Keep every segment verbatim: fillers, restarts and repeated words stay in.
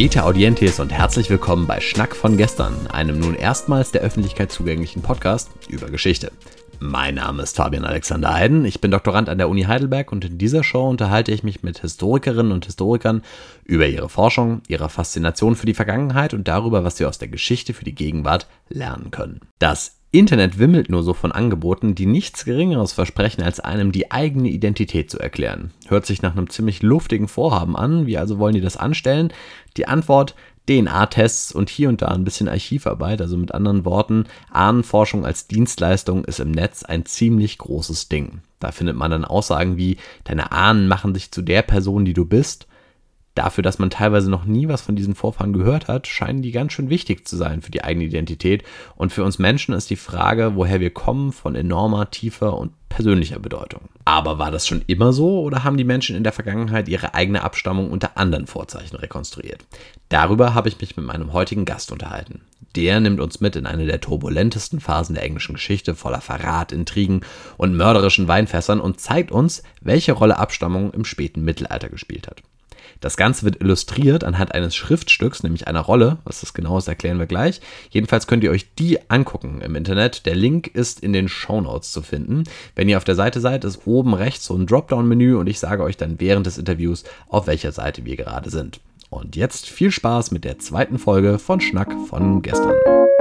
Vita Audientes und herzlich willkommen bei Schnack von gestern, einem nun erstmals der Öffentlichkeit zugänglichen Podcast über Geschichte. Mein Name ist Fabian Alexander Heiden, ich bin Doktorand an der Uni Heidelberg und in dieser Show unterhalte ich mich mit Historikerinnen und Historikern über ihre Forschung, ihre Faszination für die Vergangenheit und darüber, was wir aus der Geschichte für die Gegenwart lernen können. Das Internet wimmelt nur so von Angeboten, die nichts Geringeres versprechen, als einem die eigene Identität zu erklären. Hört sich nach einem ziemlich luftigen Vorhaben an, wie also wollen die das anstellen? Die Antwort: D N A-Tests und hier und da ein bisschen Archivarbeit, also mit anderen Worten, Ahnenforschung als Dienstleistung ist im Netz ein ziemlich großes Ding. Da findet man dann Aussagen wie, deine Ahnen machen dich zu der Person, die du bist. Dafür, dass man teilweise noch nie was von diesen Vorfahren gehört hat, scheinen die ganz schön wichtig zu sein für die eigene Identität. Und für uns Menschen ist die Frage, woher wir kommen, von enormer, tiefer und persönlicher Bedeutung. Aber war das schon immer so oder haben die Menschen in der Vergangenheit ihre eigene Abstammung unter anderen Vorzeichen rekonstruiert? Darüber habe ich mich mit meinem heutigen Gast unterhalten. Der nimmt uns mit in eine der turbulentesten Phasen der englischen Geschichte, voller Verrat, Intrigen und mörderischen Weinfässern und zeigt uns, welche Rolle Abstammung im späten Mittelalter gespielt hat. Das Ganze wird illustriert anhand eines Schriftstücks, nämlich einer Rolle. Was das genau ist, erklären wir gleich. Jedenfalls könnt ihr euch die angucken im Internet. Der Link ist in den Shownotes zu finden. Wenn ihr auf der Seite seid, ist oben rechts so ein Dropdown-Menü und ich sage euch dann während des Interviews, auf welcher Seite wir gerade sind. Und jetzt viel Spaß mit der zweiten Folge von Schnack von gestern.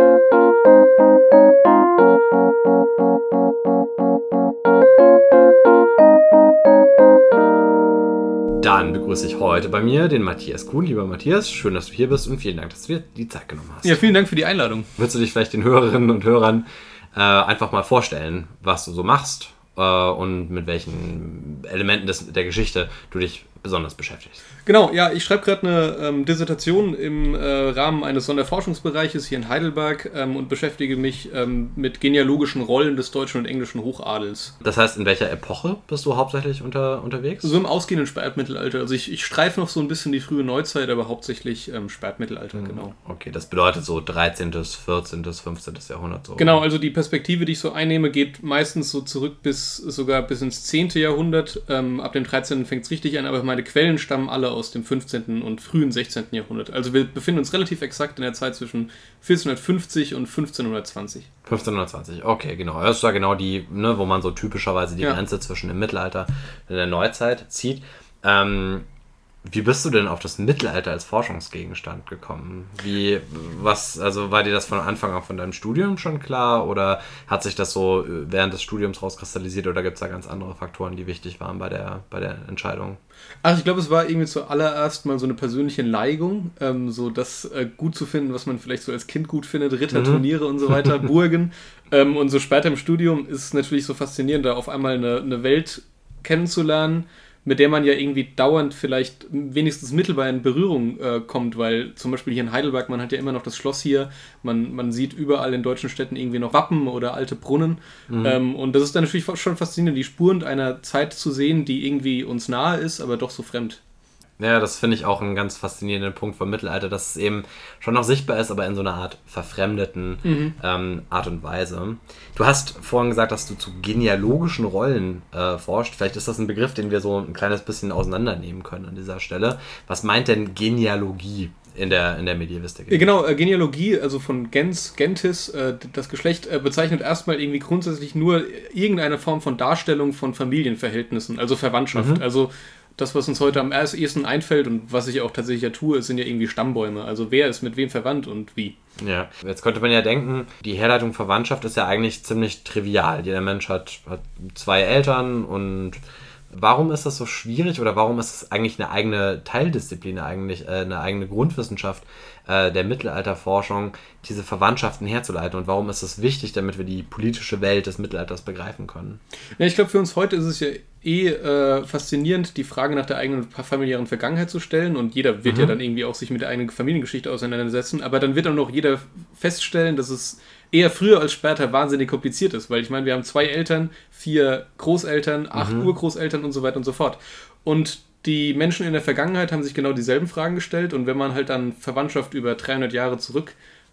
Dann begrüße ich heute bei mir den Matthias Kuhn. Lieber Matthias, schön, dass du hier bist und vielen Dank, dass du dir die Zeit genommen hast. Ja, vielen Dank für die Einladung. Würdest du dich vielleicht den Hörerinnen und Hörern äh, einfach mal vorstellen, was du so machst äh, und mit welchen Elementen des, der Geschichte du dich besonders beschäftigst? Genau, ja, ich schreibe gerade eine ähm, Dissertation im äh, Rahmen eines Sonderforschungsbereiches hier in Heidelberg ähm, und beschäftige mich ähm, mit genealogischen Rollen des deutschen und englischen Hochadels. Das heißt, in welcher Epoche bist du hauptsächlich unter, unterwegs? So im ausgehenden Spätmittelalter. Also ich, ich streife noch so ein bisschen die frühe Neuzeit, aber hauptsächlich ähm, Spätmittelalter, mhm. genau. Okay, das bedeutet so dreizehntes, vierzehntes, fünfzehntes Jahrhundert. So. Genau, also die Perspektive, die ich so einnehme, geht meistens so zurück bis sogar bis ins zehnte Jahrhundert. Ähm, ab dem dreizehnten fängt es richtig an, aber meine Quellen stammen alle aus dem fünfzehnten und frühen sechzehnten Jahrhundert. Also wir befinden uns relativ exakt in der Zeit zwischen vierzehnhundertfünfzig und fünfzehnhundertzwanzig. fünfzehnhundertzwanzig, okay, genau. Das ist ja genau die, ne, wo man so typischerweise die ja. Grenze zwischen dem Mittelalter und der Neuzeit zieht. Ähm, wie bist du denn auf das Mittelalter als Forschungsgegenstand gekommen? Wie, was, also war dir das von Anfang an von deinem Studium schon klar oder hat sich das so während des Studiums rauskristallisiert oder gibt es da ganz andere Faktoren, die wichtig waren bei der, bei der Entscheidung? Ach, ich glaube, es war irgendwie zuallererst mal so eine persönliche Neigung, ähm, so das äh, gut zu finden, was man vielleicht so als Kind gut findet, Ritterturniere mhm. und so weiter, Burgen. Ähm, und so später im Studium ist es natürlich so faszinierend, da auf einmal eine, eine Welt kennenzulernen, mit der man ja irgendwie dauernd vielleicht wenigstens mittelbar in Berührung äh, kommt, weil zum Beispiel hier in Heidelberg, man hat ja immer noch das Schloss hier, man, man sieht überall in deutschen Städten irgendwie noch Wappen oder alte Brunnen mhm. ähm, und das ist dann natürlich schon faszinierend, die Spuren einer Zeit zu sehen, die irgendwie uns nahe ist, aber doch so fremd. Ja, das finde ich auch einen ganz faszinierenden Punkt vom Mittelalter, dass es eben schon noch sichtbar ist, aber in so einer Art verfremdeten mhm. ähm, Art und Weise. Du hast vorhin gesagt, dass du zu genealogischen Rollen äh, forscht. Vielleicht ist das ein Begriff, den wir so ein kleines bisschen auseinandernehmen können an dieser Stelle. Was meint denn Genealogie in der, in der Medievistik? Genau, äh, Genealogie, also von gens, gentis, äh, das Geschlecht, äh, bezeichnet erstmal irgendwie grundsätzlich nur irgendeine Form von Darstellung von Familienverhältnissen, also Verwandtschaft. Mhm. Also das, was uns heute am ehesten einfällt und was ich ja auch tatsächlich ja tue, sind ja irgendwie Stammbäume. Also wer ist mit wem verwandt und wie. Ja, jetzt könnte man ja denken, die Herleitung Verwandtschaft ist ja eigentlich ziemlich trivial. Jeder Mensch hat, hat zwei Eltern und warum ist das so schwierig oder warum ist es eigentlich eine eigene Teildisziplin, eigentlich äh, eine eigene Grundwissenschaft äh, der Mittelalterforschung, diese Verwandtschaften herzuleiten und warum ist es wichtig, damit wir die politische Welt des Mittelalters begreifen können? Ja, ich glaube, für uns heute ist es ja eh äh, faszinierend, die Frage nach der eigenen familiären Vergangenheit zu stellen und jeder wird mhm. ja dann irgendwie auch sich mit der eigenen Familiengeschichte auseinandersetzen, aber dann wird auch noch jeder feststellen, dass es eher früher als später wahnsinnig kompliziert ist, weil ich meine, wir haben zwei Eltern, vier Großeltern, acht mhm. Urgroßeltern und so weiter und so fort. Und die Menschen in der Vergangenheit haben sich genau dieselben Fragen gestellt und wenn man halt dann Verwandtschaft über dreihundert Jahre zurück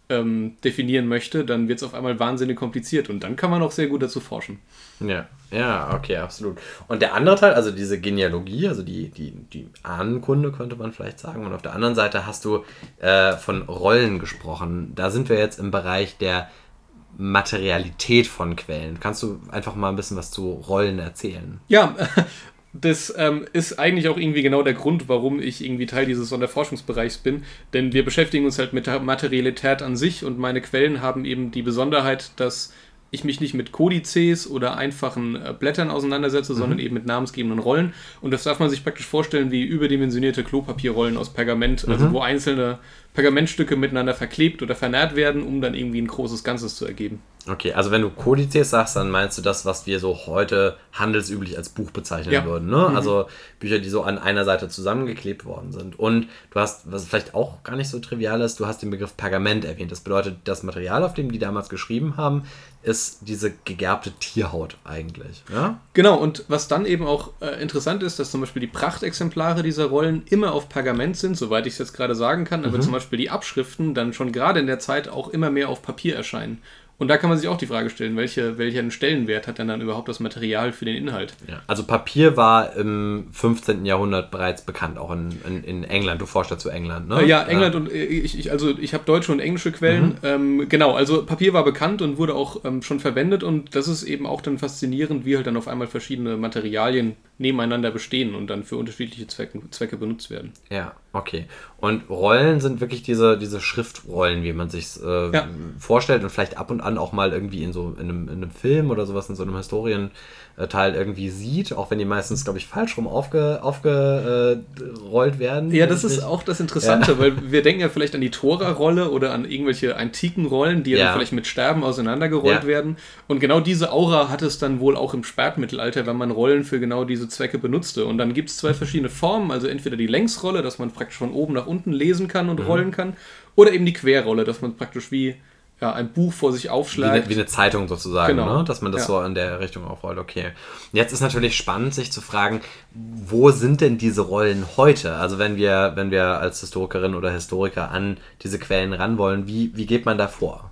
ähm, definieren möchte, dann wird es auf einmal wahnsinnig kompliziert und dann kann man auch sehr gut dazu forschen. Ja, ja, okay, absolut. Und der andere Teil, also diese Genealogie, also die, die, die Ahnenkunde, könnte man vielleicht sagen. Und auf der anderen Seite hast du äh, von Rollen gesprochen. Da sind wir jetzt im Bereich der Materialität von Quellen. Kannst du einfach mal ein bisschen was zu Rollen erzählen? Ja, das ähm, ist eigentlich auch irgendwie genau der Grund, warum ich irgendwie Teil dieses Sonderforschungsbereichs bin. Denn wir beschäftigen uns halt mit der Materialität an sich und meine Quellen haben eben die Besonderheit, dass ich mich nicht mit Kodizes oder einfachen äh, Blättern auseinandersetze, mhm. sondern eben mit namensgebenden Rollen. Und das darf man sich praktisch vorstellen wie überdimensionierte Klopapierrollen aus Pergament, mhm. also wo einzelne Pergamentstücke miteinander verklebt oder vernäht werden, um dann irgendwie ein großes Ganzes zu ergeben. Okay, also wenn du Kodizes sagst, dann meinst du das, was wir so heute handelsüblich als Buch bezeichnen ja. würden, ne? Mhm. Also Bücher, die so an einer Seite zusammengeklebt worden sind. Und du hast, was vielleicht auch gar nicht so trivial ist, du hast den Begriff Pergament erwähnt. Das bedeutet, das Material, auf dem die damals geschrieben haben, ist diese gegerbte Tierhaut eigentlich. Ja? Genau, und was dann eben auch äh, interessant ist, dass zum Beispiel die Prachtexemplare dieser Rollen immer auf Pergament sind, soweit ich es jetzt gerade sagen kann, aber mhm. zum Beispiel die Abschriften dann schon gerade in der Zeit auch immer mehr auf Papier erscheinen. Und da kann man sich auch die Frage stellen, welche, welchen Stellenwert hat denn dann überhaupt das Material für den Inhalt? Ja, also Papier war im fünfzehnten Jahrhundert bereits bekannt, auch in, in, in England. Du forschst ja zu England, ne? Ja, England ja. und ich, ich, also ich habe deutsche und englische Quellen. Mhm. Ähm, genau, also Papier war bekannt und wurde auch ähm, schon verwendet und das ist eben auch dann faszinierend, wie halt dann auf einmal verschiedene Materialien nebeneinander bestehen und dann für unterschiedliche Zwecke, Zwecke benutzt werden. Ja, okay. Und Rollen sind wirklich diese, diese Schriftrollen, wie man sich äh, ja. vorstellt und vielleicht ab und an auch mal irgendwie in so in einem, in einem Film oder sowas, in so einem Historienteil irgendwie sieht, auch wenn die meistens, glaube ich, falsch rum aufge, aufgerollt werden. Ja, das ist auch das Interessante, ja. weil wir denken ja vielleicht an die Tora-Rolle oder an irgendwelche antiken Rollen, die ja. dann vielleicht mit Sterben auseinandergerollt ja. werden. Und genau diese Aura hat es dann wohl auch im Spätmittelalter, wenn man Rollen für genau diese Zwecke benutzte. Und dann gibt es zwei verschiedene Formen, also entweder die Längsrolle, dass man praktisch von oben nach unten lesen kann und mhm. rollen kann, oder eben die Querrolle, dass man praktisch wie ja, ein Buch vor sich aufschlägt. Wie eine, wie eine Zeitung sozusagen, genau. ne? Dass man das ja. so in der Richtung aufrollt, okay. Jetzt ist natürlich spannend, sich zu fragen, wo sind denn diese Rollen heute? Also wenn wir, wenn wir als Historikerin oder Historiker an diese Quellen ran wollen, wie, wie geht man da vor?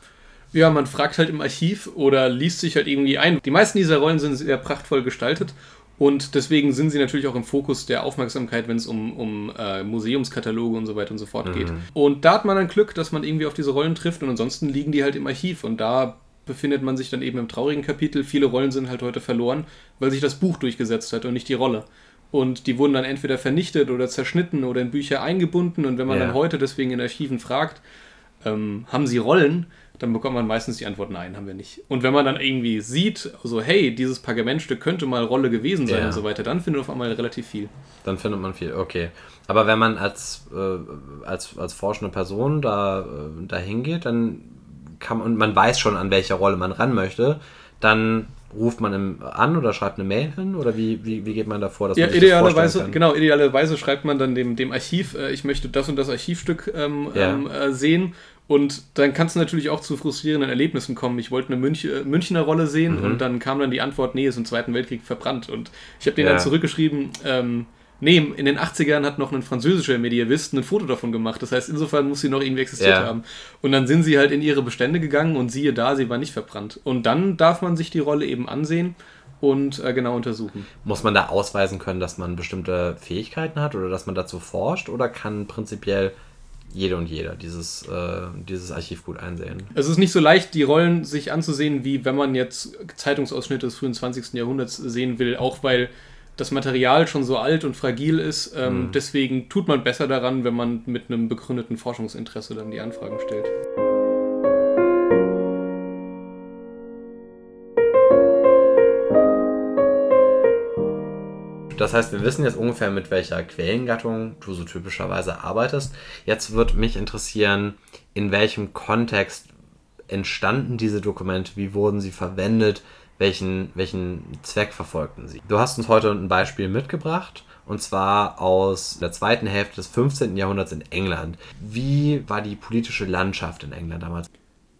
Ja, man fragt halt im Archiv oder liest sich halt irgendwie ein. Die meisten dieser Rollen sind sehr prachtvoll gestaltet und deswegen sind sie natürlich auch im Fokus der Aufmerksamkeit, wenn es um, um äh, Museumskataloge und so weiter und so fort geht. Mhm. Und da hat man dann Glück, dass man irgendwie auf diese Rollen trifft und ansonsten liegen die halt im Archiv und da befindet man sich dann eben im traurigen Kapitel. Viele Rollen sind halt heute verloren, weil sich das Buch durchgesetzt hat und nicht die Rolle. Und die wurden dann entweder vernichtet oder zerschnitten oder in Bücher eingebunden und wenn man ja. dann heute deswegen in Archiven fragt, ähm, haben sie Rollen, dann bekommt man meistens die Antwort, nein, haben wir nicht. Und wenn man dann irgendwie sieht, so hey, dieses Pergamentstück könnte mal Rolle gewesen sein ja. und so weiter, dann findet man auf einmal relativ viel. Dann findet man viel, okay. Aber wenn man als, äh, als, als forschende Person da, äh, da hingeht, dann kann man, und man weiß schon, an welche Rolle man ran möchte, dann ruft man im, an oder schreibt eine Mail hin oder wie, wie, wie geht man da vor, dass ja, man sich idealerweise, das vorstellen kann? Genau, idealerweise schreibt man dann dem, dem Archiv, äh, ich möchte das und das Archivstück ähm, ja. ähm, äh, sehen. Und dann kann es natürlich auch zu frustrierenden Erlebnissen kommen. Ich wollte eine Münch, äh, Münchner Rolle sehen mhm. und dann kam dann die Antwort, nee, ist im Zweiten Weltkrieg verbrannt. Und ich habe denen ja. dann zurückgeschrieben, ähm, nee, in den achtzigern hat noch ein französischer Medievist ein Foto davon gemacht. Das heißt, insofern muss sie noch irgendwie existiert ja. haben. Und dann sind sie halt in ihre Bestände gegangen und siehe da, sie war nicht verbrannt. Und dann darf man sich die Rolle eben ansehen und äh, genau untersuchen. Muss man da ausweisen können, dass man bestimmte Fähigkeiten hat oder dass man dazu forscht oder kann prinzipiell jede und jeder dieses, äh, dieses Archiv gut einsehen? Es ist nicht so leicht, die Rollen sich anzusehen, wie wenn man jetzt Zeitungsausschnitte des frühen zwanzigsten Jahrhunderts sehen will, auch weil das Material schon so alt und fragil ist. Ähm, mhm. Deswegen tut man besser daran, wenn man mit einem begründeten Forschungsinteresse dann die Anfragen stellt. Das heißt, wir wissen jetzt ungefähr, mit welcher Quellengattung du so typischerweise arbeitest. Jetzt würde mich interessieren, in welchem Kontext entstanden diese Dokumente, wie wurden sie verwendet, welchen, welchen Zweck verfolgten sie. Du hast uns heute ein Beispiel mitgebracht, und zwar aus der zweiten Hälfte des fünfzehnten Jahrhunderts in England. Wie war die politische Landschaft in England damals?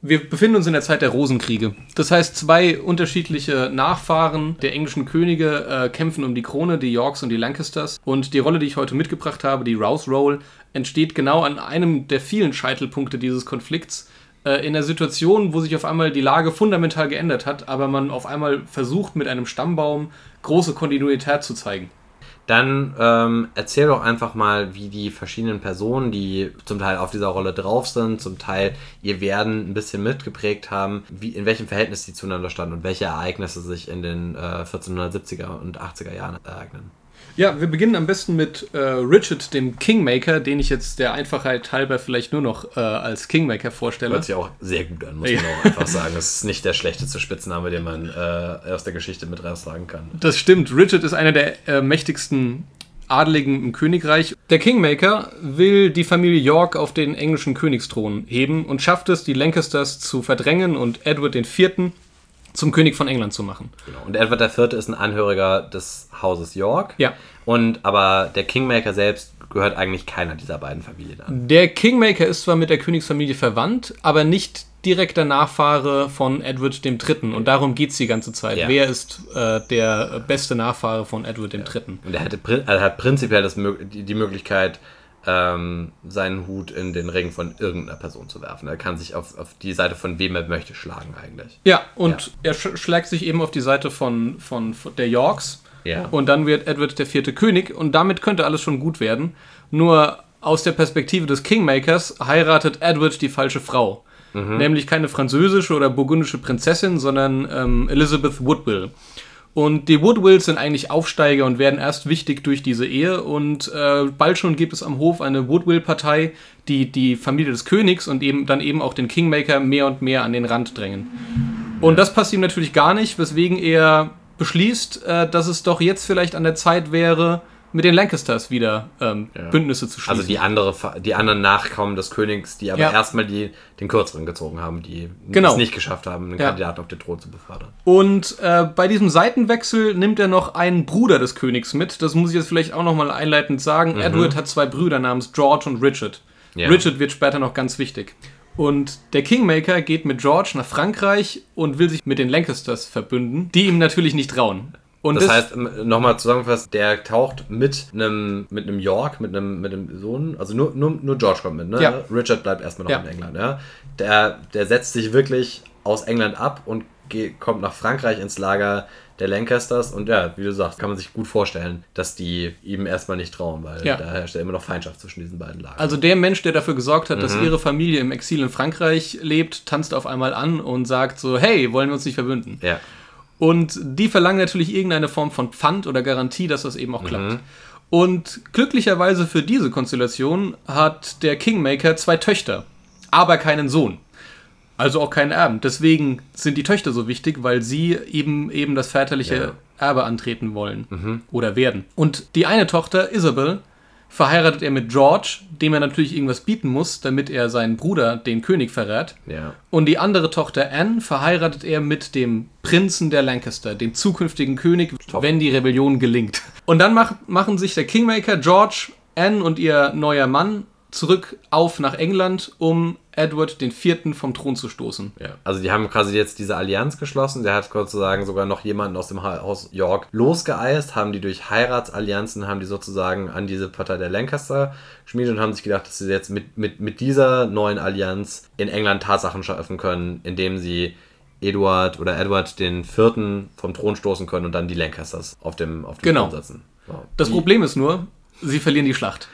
Wir befinden uns in der Zeit der Rosenkriege. Das heißt, zwei unterschiedliche Nachfahren der englischen Könige äh, kämpfen um die Krone, die Yorks und die Lancasters. Und die Rolle, die ich heute mitgebracht habe, die Rouse Roll, entsteht genau an einem der vielen Scheitelpunkte dieses Konflikts. Äh, in der Situation, wo sich auf einmal die Lage fundamental geändert hat, aber man auf einmal versucht, mit einem Stammbaum große Kontinuität zu zeigen. Dann ähm, erzähl doch einfach mal, wie die verschiedenen Personen, die zum Teil auf dieser Rolle drauf sind, zum Teil ihr Werden ein bisschen mitgeprägt haben, wie, in welchem Verhältnis die zueinander standen und welche Ereignisse sich in den äh, vierzehnhundertsiebziger und achtziger Jahren ereignen. Ja, wir beginnen am besten mit äh, Richard, dem Kingmaker, den ich jetzt der Einfachheit halber vielleicht nur noch äh, als Kingmaker vorstelle. Hört sich auch sehr gut an, muss man auch einfach sagen. Das ist nicht der schlechteste Spitzname, den man äh, aus der Geschichte mit raustragen kann. Das stimmt. Richard ist einer der äh, mächtigsten Adeligen im Königreich. Der Kingmaker will die Familie York auf den englischen Königsthron heben und schafft es, die Lancasters zu verdrängen und Edward der Vierte zum König von England zu machen. Genau. Und Edward der Vierte ist ein Angehöriger des Hauses York. Ja. Und aber der Kingmaker selbst gehört eigentlich keiner dieser beiden Familien an. Der Kingmaker ist zwar mit der Königsfamilie verwandt, aber nicht direkter Nachfahre von Edward der Dritte. Und darum geht es die ganze Zeit. Ja. Wer ist äh, der beste Nachfahre von Edward der Dritte? Ja. Und er, hatte, er hat prinzipiell das, die Möglichkeit, ähm, seinen Hut in den Ring von irgendeiner Person zu werfen. Er kann sich auf, auf die Seite von wem er möchte schlagen eigentlich. Ja, und ja. er sch- schlägt sich eben auf die Seite von, von, von der Yorks. Ja. Und dann wird Edward der Vierte König und damit könnte alles schon gut werden. Nur aus der Perspektive des Kingmakers heiratet Edward die falsche Frau. Mhm. Nämlich keine französische oder burgundische Prinzessin, sondern ähm, Elizabeth Woodville. Und die Woodvilles sind eigentlich Aufsteiger und werden erst wichtig durch diese Ehe. Und äh, bald schon gibt es am Hof eine Woodville-Partei, die die Familie des Königs und eben dann eben auch den Kingmaker mehr und mehr an den Rand drängen. Und ja. das passt ihm natürlich gar nicht, weswegen er beschließt, äh, dass es doch jetzt vielleicht an der Zeit wäre, mit den Lancasters wieder ähm, ja. Bündnisse zu schließen. Also die, andere, die anderen Nachkommen des Königs, die aber ja. erstmal die, den Kürzeren gezogen haben, die genau. es nicht geschafft haben, einen ja. Kandidaten auf den Thron zu befördern. Und äh, bei diesem Seitenwechsel nimmt er noch einen Bruder des Königs mit. Das muss ich jetzt vielleicht auch nochmal einleitend sagen. Mhm. Edward hat zwei Brüder namens George und Richard. Ja. Richard wird später noch ganz wichtig. Und der Kingmaker geht mit George nach Frankreich und will sich mit den Lancasters verbünden, die ihm natürlich nicht trauen. Und das, das heißt, nochmal zusammengefasst, der taucht mit einem mit einem York, mit einem, mit einem Sohn, also nur, nur, nur George kommt mit, ne? Ja. Richard bleibt erstmal noch ja. in England. Ja? Der, der setzt sich wirklich aus England ab und geht, kommt nach Frankreich ins Lager der Lancasters und ja, wie du sagst, kann man sich gut vorstellen, dass die ihm erstmal nicht trauen, weil ja. da herrscht ja immer noch Feindschaft zwischen diesen beiden Lagern. Also der Mensch, der dafür gesorgt hat, mhm. dass ihre Familie im Exil in Frankreich lebt, tanzt auf einmal an und sagt so, hey, wollen wir uns nicht verbünden? Ja. Und die verlangen natürlich irgendeine Form von Pfand oder Garantie, dass das eben auch klappt. Mhm. Und glücklicherweise für diese Konstellation hat der Kingmaker zwei Töchter, aber keinen Sohn. Also auch keinen Erben. Deswegen sind die Töchter so wichtig, weil sie eben, eben das väterliche ja. Erbe antreten wollen mhm. oder werden. Und die eine Tochter, Isabel, verheiratet er mit George, dem er natürlich irgendwas bieten muss, damit er seinen Bruder, den König, verrät. Ja. Und die andere Tochter, Anne, verheiratet er mit dem Prinzen der Lancaster, dem zukünftigen König, Top. wenn die Rebellion gelingt. Und dann mach, machen sich der Kingmaker, George, Anne und ihr neuer Mann zurück auf nach England, um Edward der Vierte vom Thron zu stoßen. Ja. Also die haben quasi jetzt diese Allianz geschlossen. Der hat sozusagen sogar noch jemanden aus dem Haus York losgeeist, haben die durch Heiratsallianzen, haben die sozusagen an diese Partei der Lancaster geschmiedet und haben sich gedacht, dass sie jetzt mit, mit, mit dieser neuen Allianz in England Tatsachen schaffen können, indem sie Eduard oder Edward den Vierten vom Thron stoßen können und dann die Lancasters auf dem, auf dem genau. Thron setzen. Wow. Das Problem ist nur, sie verlieren die Schlacht.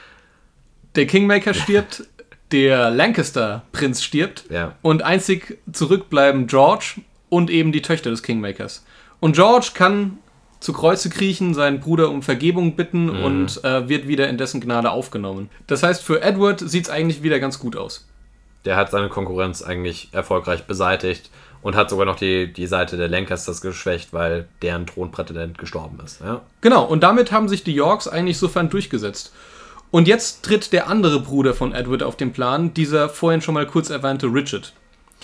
Der Kingmaker stirbt, der Lancaster-Prinz stirbt ja. und einzig zurückbleiben George und eben die Töchter des Kingmakers. Und George kann zu Kreuze kriechen, seinen Bruder um Vergebung bitten mhm. und äh, wird wieder in dessen Gnade aufgenommen. Das heißt, für Edward sieht es eigentlich wieder ganz gut aus. Der hat seine Konkurrenz eigentlich erfolgreich beseitigt und hat sogar noch die, die Seite der Lancasters geschwächt, weil deren Thronprätendent gestorben ist. Ja? Genau, und damit haben sich die Yorks eigentlich sofern durchgesetzt. Und jetzt tritt der andere Bruder von Edward auf den Plan, dieser vorhin schon mal kurz erwähnte Richard.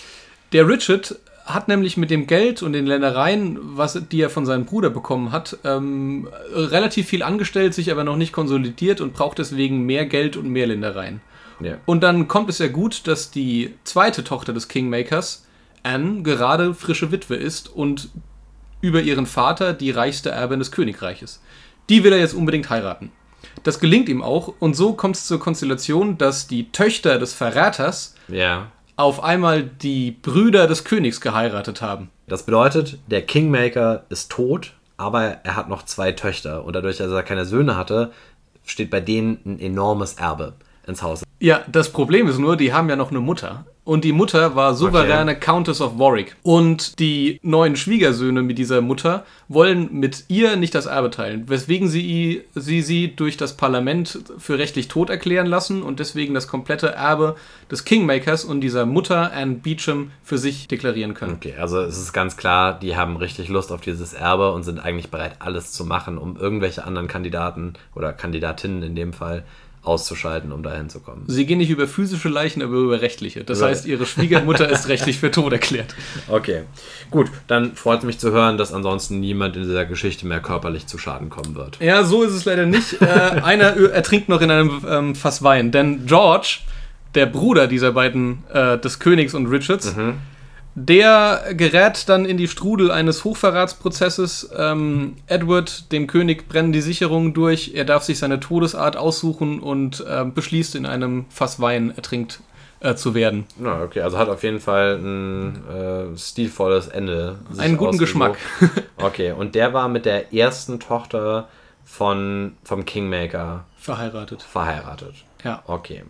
Der Richard hat nämlich mit dem Geld und den Ländereien, was, die er von seinem Bruder bekommen hat, ähm, relativ viel angestellt, sich aber noch nicht konsolidiert und braucht deswegen mehr Geld und mehr Ländereien. Ja. Und dann kommt es ja gut, dass die zweite Tochter des Kingmakers, Anne, gerade frische Witwe ist und über ihren Vater die reichste Erbin des Königreiches. Die will er jetzt unbedingt heiraten. Das gelingt ihm auch und so kommt es zur Konstellation, dass die Töchter des Verräters Ja. auf einmal die Brüder des Königs geheiratet haben. Das bedeutet, der Kingmaker ist tot, aber er hat noch zwei Töchter. Und dadurch, dass er keine Söhne hatte, steht bei denen ein enormes Erbe ins Haus. Ja, das Problem ist nur, die haben ja noch eine Mutter. Und die Mutter war souveräne okay. Countess of Warwick. Und die neuen Schwiegersöhne mit dieser Mutter wollen mit ihr nicht das Erbe teilen, weswegen sie sie, sie durch das Parlament für rechtlich tot erklären lassen und deswegen das komplette Erbe des Kingmakers und dieser Mutter Anne Beauchamp für sich deklarieren können. Okay, also es ist ganz klar, die haben richtig Lust auf dieses Erbe und sind eigentlich bereit, alles zu machen, um irgendwelche anderen Kandidaten oder Kandidatinnen in dem Fall auszuschalten, um dahin zu kommen. Sie gehen nicht über physische Leichen, aber über rechtliche. Das über heißt, ihre Schwiegermutter ist rechtlich für tot erklärt. Okay, gut. Dann freut es mich zu hören, dass ansonsten niemand in dieser Geschichte mehr körperlich zu Schaden kommen wird. Ja, so ist es leider nicht. äh, einer ertrinkt noch in einem ähm, Fass Wein, denn George, der Bruder dieser beiden, äh, des Königs und Richards, mhm. der gerät dann in die Strudel eines Hochverratsprozesses. Ähm, Edward, dem König, brennen die Sicherungen durch. Er darf sich seine Todesart aussuchen und äh, beschließt, in einem Fass Wein ertrinkt äh, zu werden. Na, okay, also hat auf jeden Fall ein äh, stilvolles Ende. Einen guten Geschmack. Okay, und der war mit der ersten Tochter von, vom Kingmaker verheiratet. Verheiratet. Ja. Okay.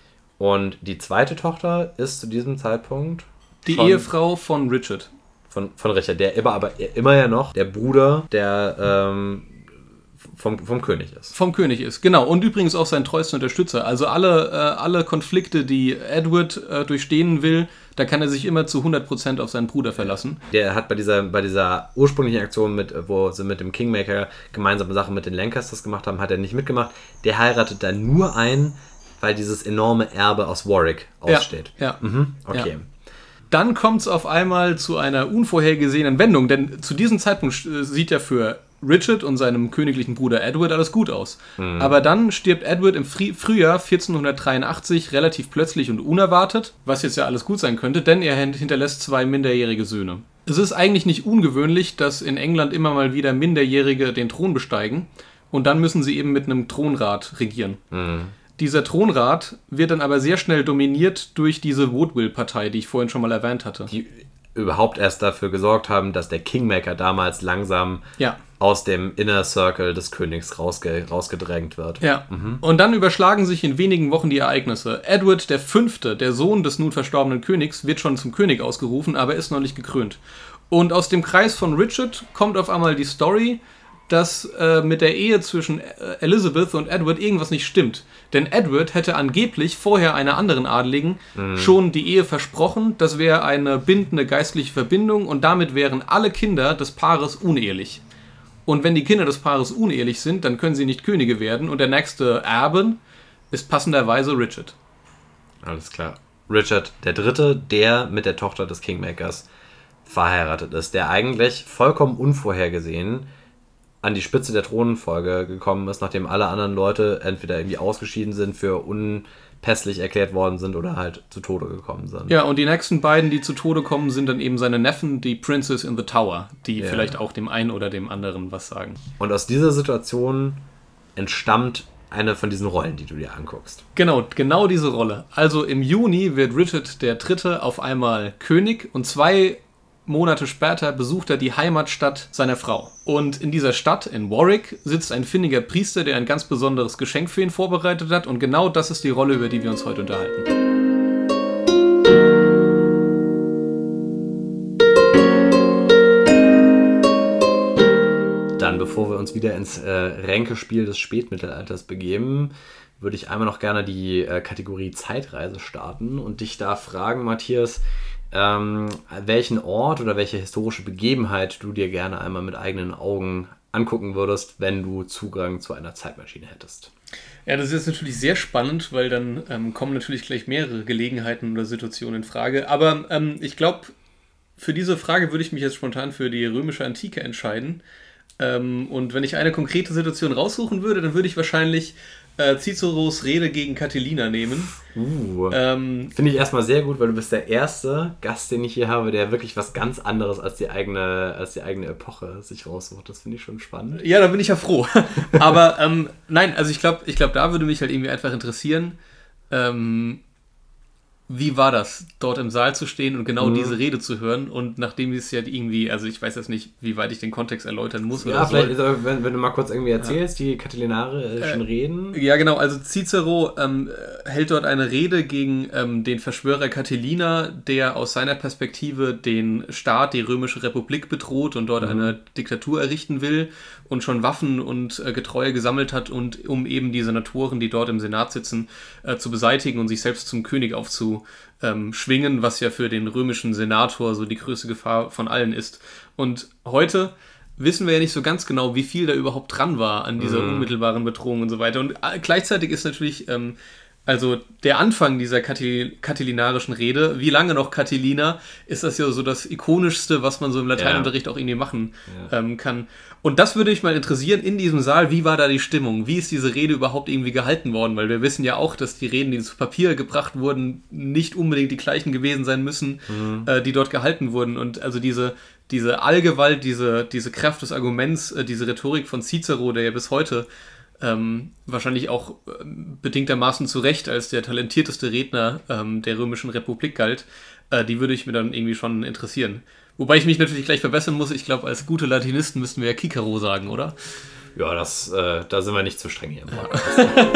Und die zweite Tochter ist zu diesem Zeitpunkt die von, Ehefrau von Richard. Von, von Richard, der immer, aber immer ja noch der Bruder der ähm, vom, vom König ist. Vom König ist, genau. Und übrigens auch sein treuester Unterstützer. Also alle, äh, alle Konflikte, die Edward äh, durchstehen will, da kann er sich immer zu hundert Prozent auf seinen Bruder verlassen. Der hat bei dieser, bei dieser ursprünglichen Aktion, mit, wo sie mit dem Kingmaker gemeinsame Sachen mit den Lancasters gemacht haben, hat er nicht mitgemacht. Der heiratet da nur ein, weil dieses enorme Erbe aus Warwick aussteht. Ja, ja. Mhm, okay. Ja. Dann kommt es auf einmal zu einer unvorhergesehenen Wendung, denn zu diesem Zeitpunkt sieht ja für Richard und seinem königlichen Bruder Edward alles gut aus. Mhm. Aber dann stirbt Edward im Früh- Frühjahr vierzehnhundertdreiundachtzig relativ plötzlich und unerwartet, was jetzt ja alles gut sein könnte, denn er hinterlässt zwei minderjährige Söhne. Es ist eigentlich nicht ungewöhnlich, dass in England immer mal wieder Minderjährige den Thron besteigen und dann müssen sie eben mit einem Thronrat regieren. Mhm. Dieser Thronrat wird dann aber sehr schnell dominiert durch diese Vaudeville-Partei, die ich vorhin schon mal erwähnt hatte. Die überhaupt erst dafür gesorgt haben, dass der Kingmaker damals langsam ja. aus dem Inner Circle des Königs rausge- rausgedrängt wird. Ja, mhm. Und dann überschlagen sich in wenigen Wochen die Ereignisse. Edward der Fünfte, der Sohn des nun verstorbenen Königs, wird schon zum König ausgerufen, aber ist noch nicht gekrönt. Und aus dem Kreis von Richard kommt auf einmal die Story, dass äh, mit der Ehe zwischen Elizabeth und Edward irgendwas nicht stimmt. Denn Edward hätte angeblich vorher einer anderen Adeligen mhm. schon die Ehe versprochen. Das wäre eine bindende geistliche Verbindung und damit wären alle Kinder des Paares unehelich. Und wenn die Kinder des Paares unehelich sind, dann können sie nicht Könige werden und der nächste Erben ist passenderweise Richard. Alles klar. Richard der Dritte, der mit der Tochter des Kingmakers verheiratet ist, der eigentlich vollkommen unvorhergesehen an die Spitze der Thronfolge gekommen ist, nachdem alle anderen Leute entweder irgendwie ausgeschieden sind, für unpässlich erklärt worden sind oder halt zu Tode gekommen sind. Ja, und die nächsten beiden, die zu Tode kommen, sind dann eben seine Neffen, die Princess in the Tower, die ja. vielleicht auch dem einen oder dem anderen was sagen. Und aus dieser Situation entstammt eine von diesen Rollen, die du dir anguckst. Genau, genau diese Rolle. Also im Juni wird Richard der Dritte auf einmal König und zwei Monate später besucht er die Heimatstadt seiner Frau. Und in dieser Stadt, in Warwick, sitzt ein findiger Priester, der ein ganz besonderes Geschenk für ihn vorbereitet hat. Und genau das ist die Rolle, über die wir uns heute unterhalten. Dann, bevor wir uns wieder ins äh, Ränkespiel des Spätmittelalters begeben, würde ich einmal noch gerne die äh, Kategorie Zeitreise starten und dich da fragen, Matthias, Ähm, welchen Ort oder welche historische Begebenheit du dir gerne einmal mit eigenen Augen angucken würdest, wenn du Zugang zu einer Zeitmaschine hättest. Ja, das ist natürlich sehr spannend, weil dann ähm, kommen natürlich gleich mehrere Gelegenheiten oder Situationen in Frage. Aber ähm, ich glaube, für diese Frage würde ich mich jetzt spontan für die römische Antike entscheiden. Ähm, und wenn ich eine konkrete Situation raussuchen würde, dann würde ich wahrscheinlich äh, Ciceros Rede gegen Catilina nehmen. Uh, ähm, Finde ich erstmal sehr gut, weil du bist der erste Gast, den ich hier habe, der wirklich was ganz anderes als die eigene, als die eigene Epoche sich raussucht. Das finde ich schon spannend. Ja, da bin ich ja froh. Aber ähm, nein, also ich glaube, ich glaub, da würde mich halt irgendwie einfach interessieren, ähm, wie war das, dort im Saal zu stehen und genau mhm. diese Rede zu hören? Und nachdem es ja irgendwie, also ich weiß jetzt nicht, wie weit ich den Kontext erläutern muss. Ja, oder vielleicht, soll. Ist, wenn, wenn du mal kurz irgendwie erzählst, ja. die katilinarischen äh, Reden. Ja, genau, also Cicero ähm, hält dort eine Rede gegen ähm, den Verschwörer Catilina, der aus seiner Perspektive den Staat, die Römische Republik bedroht und dort mhm. eine Diktatur errichten will und schon Waffen und äh, Getreue gesammelt hat, und um eben die Senatoren, die dort im Senat sitzen, äh, zu beseitigen und sich selbst zum König aufzu Ähm, schwingen, was ja für den römischen Senator so die größte Gefahr von allen ist. Und heute wissen wir ja nicht so ganz genau, wie viel da überhaupt dran war an dieser mhm. unmittelbaren Bedrohung und so weiter. Und äh, gleichzeitig ist natürlich, ähm, also der Anfang dieser Katil- katilinarischen Rede, wie lange noch Catilina, ist das ja so das Ikonischste, was man so im Lateinunterricht ja. auch irgendwie machen ja. ähm, kann. Und das würde mich mal interessieren, in diesem Saal, wie war da die Stimmung? Wie ist diese Rede überhaupt irgendwie gehalten worden? Weil wir wissen ja auch, dass die Reden, die zu Papier gebracht wurden, nicht unbedingt die gleichen gewesen sein müssen, mhm. äh, die dort gehalten wurden. Und also diese, diese Allgewalt, diese, diese Kraft des Arguments, äh, diese Rhetorik von Cicero, der ja bis heute ähm, wahrscheinlich auch äh, bedingtermaßen zu Recht als der talentierteste Redner ähm, der Römischen Republik galt, äh, die würde ich mir dann irgendwie schon interessieren. Wobei ich mich natürlich gleich verbessern muss. Ich glaube, als gute Latinisten müssten wir ja Cicero sagen, oder? Ja, das, äh, da sind wir nicht zu streng hier im Podcast.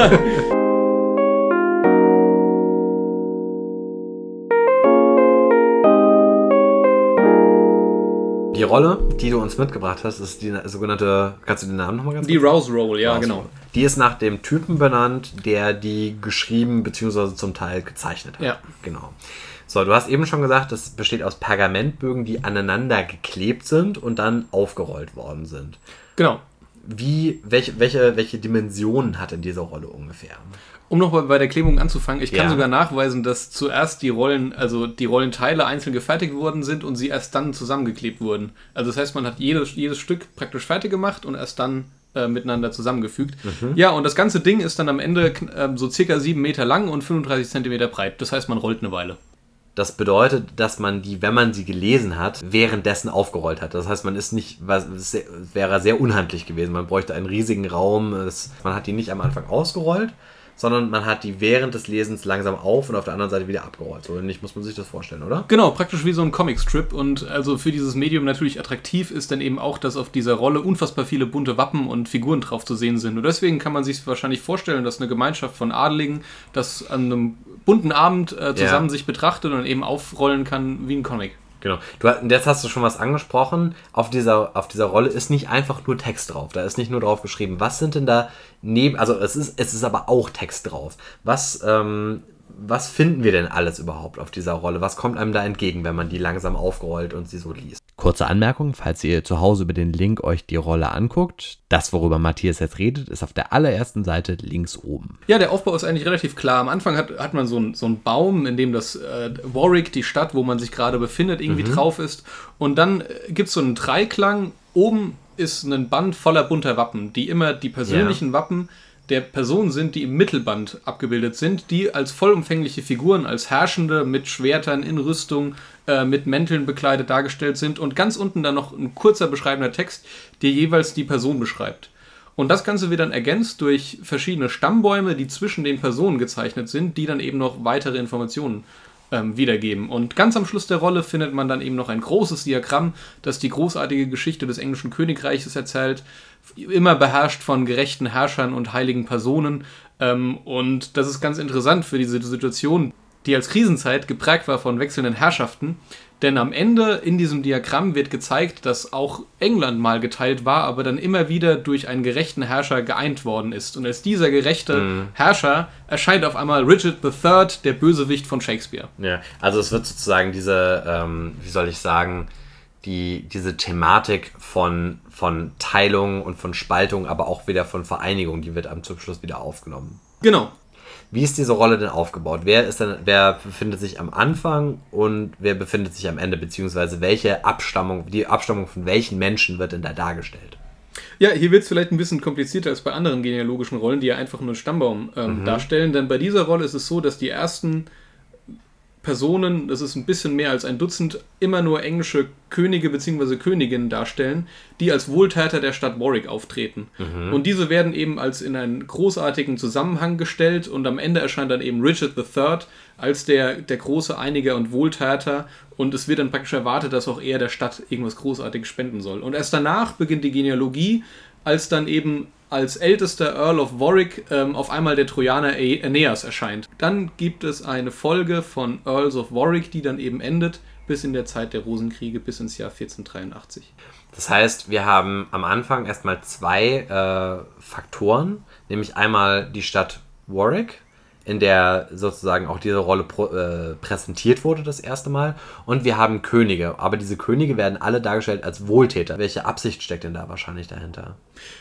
Die Rolle, die du uns mitgebracht hast, ist die sogenannte, kannst du den Namen nochmal ganz kurz? Die Rouse Roll, ja, Rouse genau. Roll. Die ist nach dem Typen benannt, der die geschrieben bzw. zum Teil gezeichnet hat. Ja. Genau. So, du hast eben schon gesagt, das besteht aus Pergamentbögen, die aneinander geklebt sind und dann aufgerollt worden sind. Genau. Wie, welche, welche, welche Dimensionen hat denn diese Rolle ungefähr? Um noch bei der Klebung anzufangen, ich kann ja. sogar nachweisen, dass zuerst die Rollen, also die Rollenteile einzeln gefertigt worden sind und sie erst dann zusammengeklebt wurden. Also das heißt, man hat jedes, jedes Stück praktisch fertig gemacht und erst dann äh, miteinander zusammengefügt. Mhm. Ja, und das ganze Ding ist dann am Ende äh, so circa sieben Meter lang und fünfunddreißig Zentimeter breit. Das heißt, man rollt eine Weile. Das bedeutet, dass man die, wenn man sie gelesen hat, währenddessen aufgerollt hat. Das heißt, man ist nicht, es wäre sehr unhandlich gewesen. Man bräuchte einen riesigen Raum. Es, man hat die nicht am Anfang ausgerollt, sondern man hat die während des Lesens langsam auf und auf der anderen Seite wieder abgerollt. So ähnlich muss man sich das vorstellen, oder? Genau, praktisch wie so ein Comicstrip. Und also für dieses Medium natürlich attraktiv ist dann eben auch, dass auf dieser Rolle unfassbar viele bunte Wappen und Figuren drauf zu sehen sind. Und deswegen kann man sich wahrscheinlich vorstellen, dass eine Gemeinschaft von Adeligen das an einem bunten Abend äh, zusammen ja. sich betrachtet und eben aufrollen kann wie ein Comic. Genau. Du, jetzt hast du schon was angesprochen. Auf dieser, auf dieser Rolle ist nicht einfach nur Text drauf. Da ist nicht nur drauf geschrieben. Was sind denn da neben... Also es ist, es ist aber auch Text drauf. Was, ähm, was finden wir denn alles überhaupt auf dieser Rolle? Was kommt einem da entgegen, wenn man die langsam aufgerollt und sie so liest? Kurze Anmerkung, falls ihr zu Hause über den Link euch die Rolle anguckt. Das, worüber Matthias jetzt redet, ist auf der allerersten Seite links oben. Ja, der Aufbau ist eigentlich relativ klar. Am Anfang hat, hat man so einen so einen Baum, in dem das äh, Warwick, die Stadt, wo man sich gerade befindet, irgendwie mhm. drauf ist. Und dann äh, gibt es so einen Dreiklang. Oben ist ein Band voller bunter Wappen, die immer die persönlichen ja. Wappen der Personen sind, die im Mittelband abgebildet sind, die als vollumfängliche Figuren, als Herrschende mit Schwertern in Rüstung, äh, mit Mänteln bekleidet dargestellt sind, und ganz unten dann noch ein kurzer beschreibender Text, der jeweils die Person beschreibt. Und das Ganze wird dann ergänzt durch verschiedene Stammbäume, die zwischen den Personen gezeichnet sind, die dann eben noch weitere Informationen ähm, wiedergeben. Und ganz am Schluss der Rolle findet man dann eben noch ein großes Diagramm, das die großartige Geschichte des englischen Königreiches erzählt, immer beherrscht von gerechten Herrschern und heiligen Personen. Ähm, und das ist ganz interessant für diese Situation, die als Krisenzeit geprägt war von wechselnden Herrschaften. Denn am Ende in diesem Diagramm wird gezeigt, dass auch England mal geteilt war, aber dann immer wieder durch einen gerechten Herrscher geeint worden ist. Und als dieser gerechte mhm. Herrscher erscheint auf einmal Richard the Third, der Bösewicht von Shakespeare. Ja, also es wird sozusagen diese, ähm, wie soll ich sagen, die, diese Thematik von, von Teilung und von Spaltung, aber auch wieder von Vereinigung, die wird am zum Schluss wieder aufgenommen. Genau. Wie ist diese Rolle denn aufgebaut? Wer ist denn, wer befindet sich am Anfang und wer befindet sich am Ende, beziehungsweise welche Abstammung, die Abstammung von welchen Menschen wird denn da dargestellt? Ja, hier wird es vielleicht ein bisschen komplizierter als bei anderen genealogischen Rollen, die ja einfach nur einen Stammbaum ähm, mhm. darstellen. Denn bei dieser Rolle ist es so, dass die ersten Personen, das ist ein bisschen mehr als ein Dutzend, immer nur englische Könige bzw. Königinnen darstellen, die als Wohltäter der Stadt Warwick auftreten. Mhm. Und diese werden eben als in einen großartigen Zusammenhang gestellt und am Ende erscheint dann eben Richard der Dritte als der, der große Einiger und Wohltäter und es wird dann praktisch erwartet, dass auch er der Stadt irgendwas Großartiges spenden soll. Und erst danach beginnt die Genealogie, als dann eben als ältester Earl of Warwick ähm, auf einmal der Trojaner Aeneas erscheint. Dann gibt es eine Folge von Earls of Warwick, die dann eben endet bis in der Zeit der Rosenkriege, bis ins Jahr vierzehnhundertdreiundachtzig. Das heißt, wir haben am Anfang erstmal zwei äh, Faktoren, nämlich einmal die Stadt Warwick, in der sozusagen auch diese Rolle pro, äh, präsentiert wurde das erste Mal. Und wir haben Könige, aber diese Könige werden alle dargestellt als Wohltäter. Welche Absicht steckt denn da wahrscheinlich dahinter?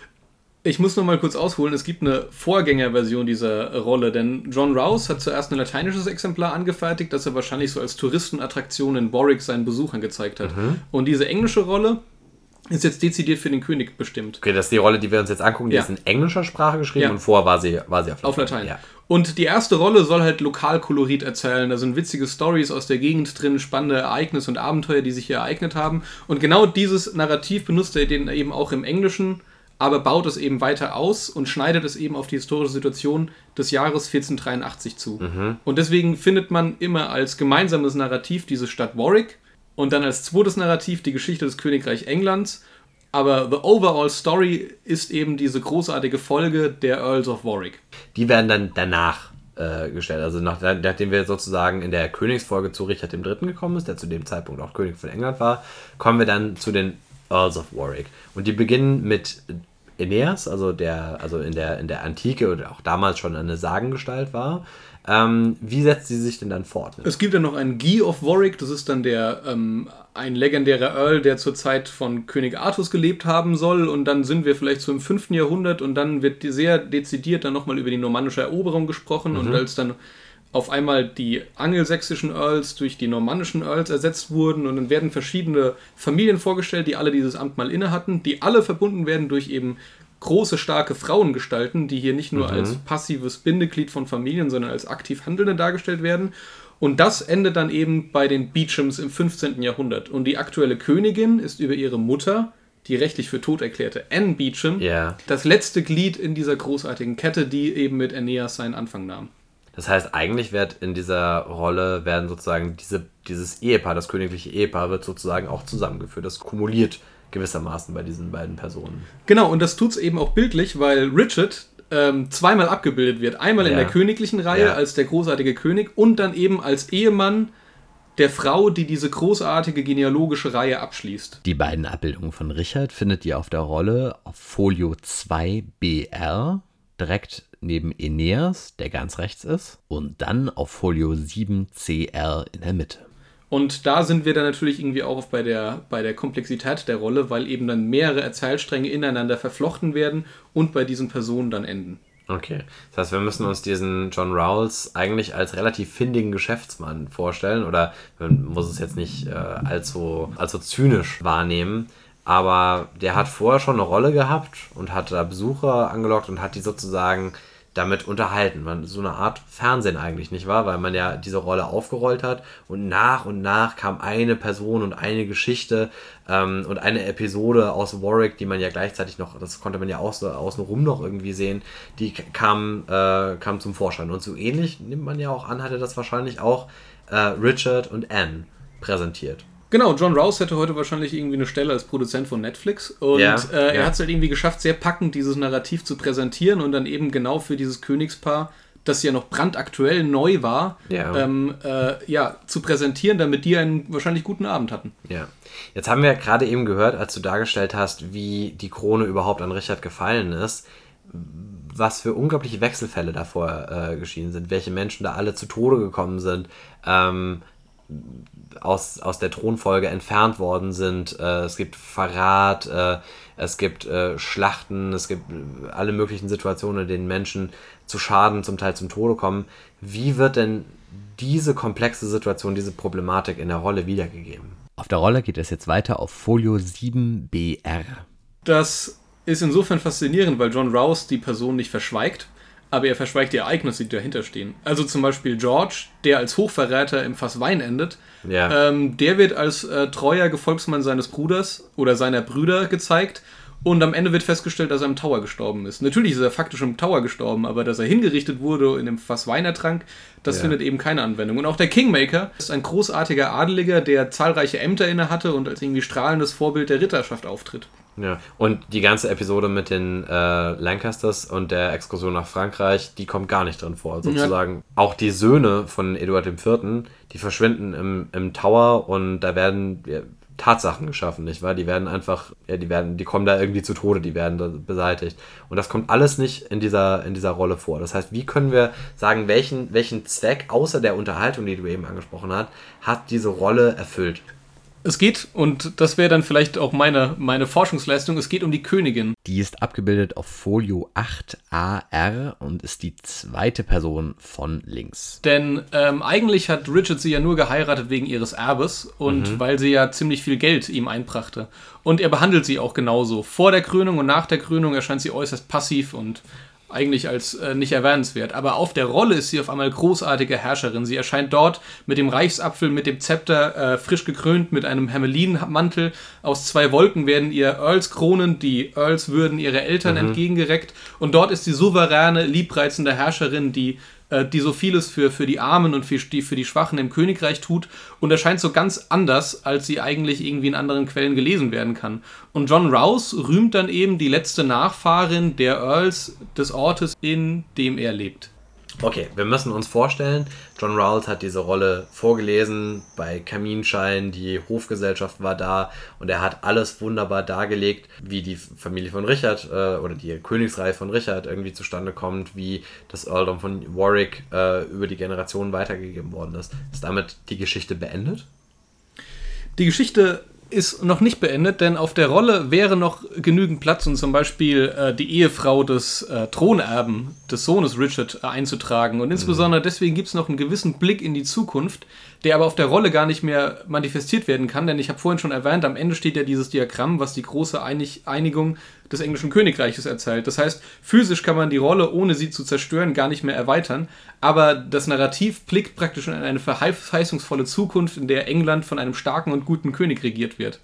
Ich muss noch mal kurz ausholen, es gibt eine Vorgängerversion dieser Rolle, denn John Rouse hat zuerst ein lateinisches Exemplar angefertigt, das er wahrscheinlich so als Touristenattraktion in Warwick seinen Besuchern gezeigt hat. Mhm. Und diese englische Rolle ist jetzt dezidiert für den König bestimmt. Okay, das ist die Rolle, die wir uns jetzt angucken, die ja. ist in englischer Sprache geschrieben ja. und vorher war sie, war sie auf Latein. Auf Latein. Ja. Und die erste Rolle soll halt Lokalkolorit erzählen. Da sind witzige Storys aus der Gegend drin, spannende Ereignisse und Abenteuer, die sich hier ereignet haben. Und genau dieses Narrativ benutzt er eben auch im Englischen, aber baut es eben weiter aus und schneidet es eben auf die historische Situation des Jahres vierzehnhundertdreiundachtzig zu. Mhm. Und deswegen findet man immer als gemeinsames Narrativ diese Stadt Warwick und dann als zweites Narrativ die Geschichte des Königreichs Englands. Aber the overall story ist eben diese großartige Folge der Earls of Warwick. Die werden dann danach äh, gestellt. Also nach, nachdem wir sozusagen in der Königsfolge zu Richard der Dritte gekommen ist, der zu dem Zeitpunkt auch König von England war, kommen wir dann zu den Earls of Warwick. Und die beginnen mit Aeneas, also der also in der, in der Antike oder auch damals schon eine Sagengestalt war. Ähm, wie setzt sie sich denn dann fort? Es gibt dann noch einen Guy of Warwick, das ist dann der ähm, ein legendärer Earl, der zur Zeit von König Artus gelebt haben soll und dann sind wir vielleicht so im fünften Jahrhundert und dann wird sehr dezidiert dann nochmal über die normannische Eroberung gesprochen mhm. und als dann auf einmal die angelsächsischen Earls durch die normannischen Earls ersetzt wurden und dann werden verschiedene Familien vorgestellt, die alle dieses Amt mal inne hatten, die alle verbunden werden durch eben große, starke Frauengestalten, die hier nicht nur mhm. als passives Bindeglied von Familien, sondern als aktiv Handelnde dargestellt werden. Und das endet dann eben bei den Beauchamps im fünfzehnten Jahrhundert. Und die aktuelle Königin ist über ihre Mutter, die rechtlich für tot erklärte Anne Beauchamp, yeah. das letzte Glied in dieser großartigen Kette, die eben mit Aeneas seinen Anfang nahm. Das heißt, eigentlich wird in dieser Rolle werden sozusagen diese, dieses Ehepaar, das königliche Ehepaar, wird sozusagen auch zusammengeführt. Das kumuliert gewissermaßen bei diesen beiden Personen. Genau, und das tut es eben auch bildlich, weil Richard ähm, zweimal abgebildet wird. Einmal ja. in der königlichen Reihe ja. als der großartige König und dann eben als Ehemann der Frau, die diese großartige genealogische Reihe abschließt. Die beiden Abbildungen von Richard findet ihr auf der Rolle auf Folio zwei B R, direkt neben Aeneas, der ganz rechts ist, und dann auf Folio sieben C R in der Mitte. Und da sind wir dann natürlich irgendwie auch bei der, bei der Komplexität der Rolle, weil eben dann mehrere Erzählstränge ineinander verflochten werden und bei diesen Personen dann enden. Okay, das heißt, wir müssen uns diesen John Rawls eigentlich als relativ findigen Geschäftsmann vorstellen, oder man muss es jetzt nicht äh, allzu, allzu zynisch wahrnehmen, aber der hat vorher schon eine Rolle gehabt und hat da Besucher angelockt und hat die sozusagen damit unterhalten. Man, so eine Art Fernsehen eigentlich, nicht wahr? Weil man ja diese Rolle aufgerollt hat und nach und nach kam eine Person und eine Geschichte ähm, und eine Episode aus Warwick, die man ja gleichzeitig noch, das konnte man ja auch so außenrum noch irgendwie sehen, die kam, äh, kam zum Vorschein. Und so ähnlich, nimmt man ja auch an, hatte das wahrscheinlich auch äh, Richard und Anne präsentiert. Genau, John Rawls hätte heute wahrscheinlich irgendwie eine Stelle als Produzent von Netflix und ja, äh, er ja. hat es halt irgendwie geschafft, sehr packend dieses Narrativ zu präsentieren und dann eben genau für dieses Königspaar, das ja noch brandaktuell neu war, ja, ähm, äh, ja zu präsentieren, damit die einen wahrscheinlich guten Abend hatten. Ja, jetzt haben wir gerade eben gehört, als du dargestellt hast, wie die Krone überhaupt an Richard gefallen ist, was für unglaubliche Wechselfälle davor äh, geschehen sind, welche Menschen da alle zu Tode gekommen sind, ähm, Aus, aus der Thronfolge entfernt worden sind. Äh, es gibt Verrat, äh, es gibt äh, Schlachten, es gibt alle möglichen Situationen, in denen Menschen zu Schaden, zum Teil zum Tode kommen. Wie wird denn diese komplexe Situation, diese Problematik in der Rolle wiedergegeben? Auf der Rolle geht es jetzt weiter auf Folio sieben B R. Das ist insofern faszinierend, weil John Rouse die Person nicht verschweigt, aber er verschweigt die Ereignisse, die dahinter stehen. Also zum Beispiel George, der als Hochverräter im Fass Wein endet, ja. ähm, der wird als äh, treuer Gefolgsmann seines Bruders oder seiner Brüder gezeigt und am Ende wird festgestellt, dass er im Tower gestorben ist. Natürlich ist er faktisch im Tower gestorben, aber dass er hingerichtet wurde in dem Fass Wein ertrank, das ja. findet eben keine Anwendung. Und auch der Kingmaker ist ein großartiger Adeliger, der zahlreiche Ämter inne hatte und als irgendwie strahlendes Vorbild der Ritterschaft auftritt. Ja, und die ganze Episode mit den äh, Lancasters und der Exkursion nach Frankreich, die kommt gar nicht drin vor. Sozusagen ja. auch die Söhne von Eduard der Vierte, die verschwinden im, im Tower und da werden ja, Tatsachen geschaffen, nicht wahr? Die werden einfach, ja, die werden, die kommen da irgendwie zu Tode, die werden da beseitigt. Und das kommt alles nicht in dieser, in dieser Rolle vor. Das heißt, wie können wir sagen, welchen, welchen Zweck, außer der Unterhaltung, die du eben angesprochen hast, hat diese Rolle erfüllt? Es geht, und das wäre dann vielleicht auch meine, meine Forschungsleistung, es geht um die Königin. Die ist abgebildet auf Folio acht A R und ist die zweite Person von links. Denn ähm, eigentlich hat Richard sie ja nur geheiratet wegen ihres Erbes und mhm. weil sie ja ziemlich viel Geld ihm einbrachte. Und er behandelt sie auch genauso. Vor der Krönung und nach der Krönung erscheint sie äußerst passiv und eigentlich als äh, nicht erwähnenswert. Aber auf der Rolle ist sie auf einmal großartige Herrscherin. Sie erscheint dort mit dem Reichsapfel, mit dem Zepter, äh, frisch gekrönt, mit einem Hermelinmantel. Aus zwei Wolken werden ihr Earlskronen, die Earlswürden ihrer Eltern mhm. entgegengereckt. Und dort ist die souveräne, liebreizende Herrscherin, die die so vieles für, für die Armen und für die, für die Schwachen im Königreich tut und erscheint so ganz anders, als sie eigentlich irgendwie in anderen Quellen gelesen werden kann. Und John Rouse rühmt dann eben die letzte Nachfahrin der Earls des Ortes, in dem er lebt. Okay, wir müssen uns vorstellen, John Rouse hat diese Rolle vorgelesen bei Kaminschein, die Hofgesellschaft war da und er hat alles wunderbar dargelegt, wie die Familie von Richard äh, oder die Königsreihe von Richard irgendwie zustande kommt, wie das Earldom von Warwick äh, über die Generationen weitergegeben worden ist. Ist damit die Geschichte beendet? Die Geschichte ist noch nicht beendet, denn auf der Rolle wäre noch genügend Platz, um zum Beispiel äh, die Ehefrau des äh, Thronerben, des Sohnes Richard, äh, einzutragen. Und insbesondere deswegen gibt es noch einen gewissen Blick in die Zukunft, der aber auf der Rolle gar nicht mehr manifestiert werden kann, denn ich habe vorhin schon erwähnt, am Ende steht ja dieses Diagramm, was die große Einig- Einigung des englischen Königreiches erzählt. Das heißt, physisch kann man die Rolle, ohne sie zu zerstören, gar nicht mehr erweitern, aber das Narrativ blickt praktisch in eine verheißungsvolle Zukunft, in der England von einem starken und guten König regiert wird.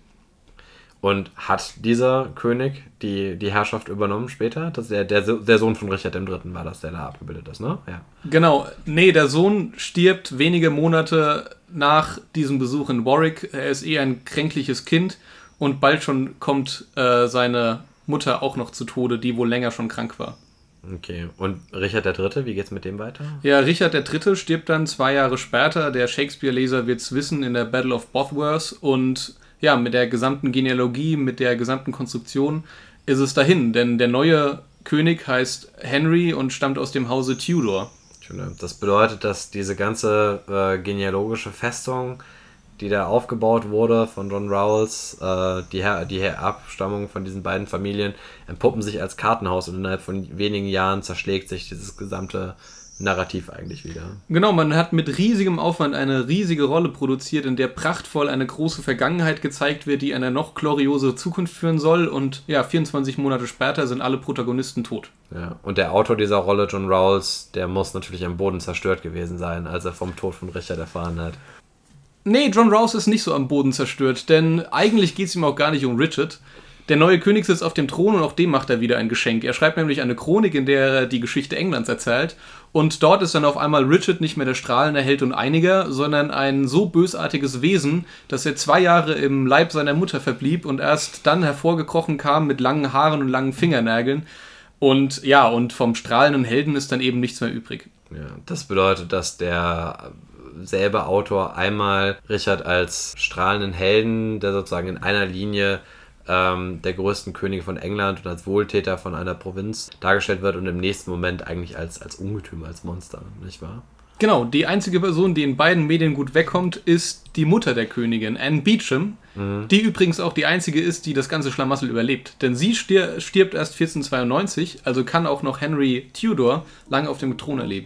Und hat dieser König die, die Herrschaft übernommen später? Das der, der, der Sohn von Richard der Dritte war das, der da abgebildet ist, ne? Ja. Genau. Nee, der Sohn stirbt wenige Monate nach diesem Besuch in Warwick. Er ist eh ein kränkliches Kind und bald schon kommt äh, seine Mutter auch noch zu Tode, die wohl länger schon krank war. Okay. Und Richard der Dritte, wie geht's mit dem weiter? Ja, Richard der Dritte stirbt dann zwei Jahre später. Der Shakespeare-Leser wird's wissen, in der Battle of Bosworth und ja, mit der gesamten Genealogie, mit der gesamten Konstruktion ist es dahin, denn der neue König heißt Henry und stammt aus dem Hause Tudor. Das bedeutet, dass diese ganze äh, genealogische Festung, die da aufgebaut wurde von John Rowles, äh, die, Her- die Abstammung von diesen beiden Familien, entpuppen sich als Kartenhaus und innerhalb von wenigen Jahren zerschlägt sich dieses gesamte Narrativ eigentlich wieder. Genau, man hat mit riesigem Aufwand eine riesige Rolle produziert, in der prachtvoll eine große Vergangenheit gezeigt wird, die eine noch gloriose Zukunft führen soll und ja, vierundzwanzig Monate später sind alle Protagonisten tot. Ja, und der Autor dieser Rolle, John Rowles, der muss natürlich am Boden zerstört gewesen sein, als er vom Tod von Richard erfahren hat. Nee, John Rouse ist nicht so am Boden zerstört, denn eigentlich geht es ihm auch gar nicht um Richard. Der neue König sitzt auf dem Thron und auch dem macht er wieder ein Geschenk. Er schreibt nämlich eine Chronik, in der er die Geschichte Englands erzählt. Und dort ist dann auf einmal Richard nicht mehr der strahlende Held und Einiger, sondern ein so bösartiges Wesen, dass er zwei Jahre im Leib seiner Mutter verblieb und erst dann hervorgekrochen kam mit langen Haaren und langen Fingernägeln. Und ja, und vom strahlenden Helden ist dann eben nichts mehr übrig. Ja, das bedeutet, dass der selbe Autor einmal Richard als strahlenden Helden, der sozusagen in einer Linie ähm, der größten Könige von England und als Wohltäter von einer Provinz dargestellt wird und im nächsten Moment eigentlich als, als Ungetüm, als Monster, nicht wahr? Genau, die einzige Person, die in beiden Medien gut wegkommt, ist die Mutter der Königin, Anne Beauchamp, mhm. die übrigens auch die einzige ist, die das ganze Schlamassel überlebt. Denn sie stir- stirbt erst vierzehnhundertzweiundneunzig, also kann auch noch Henry Tudor lange auf dem Thron erleben.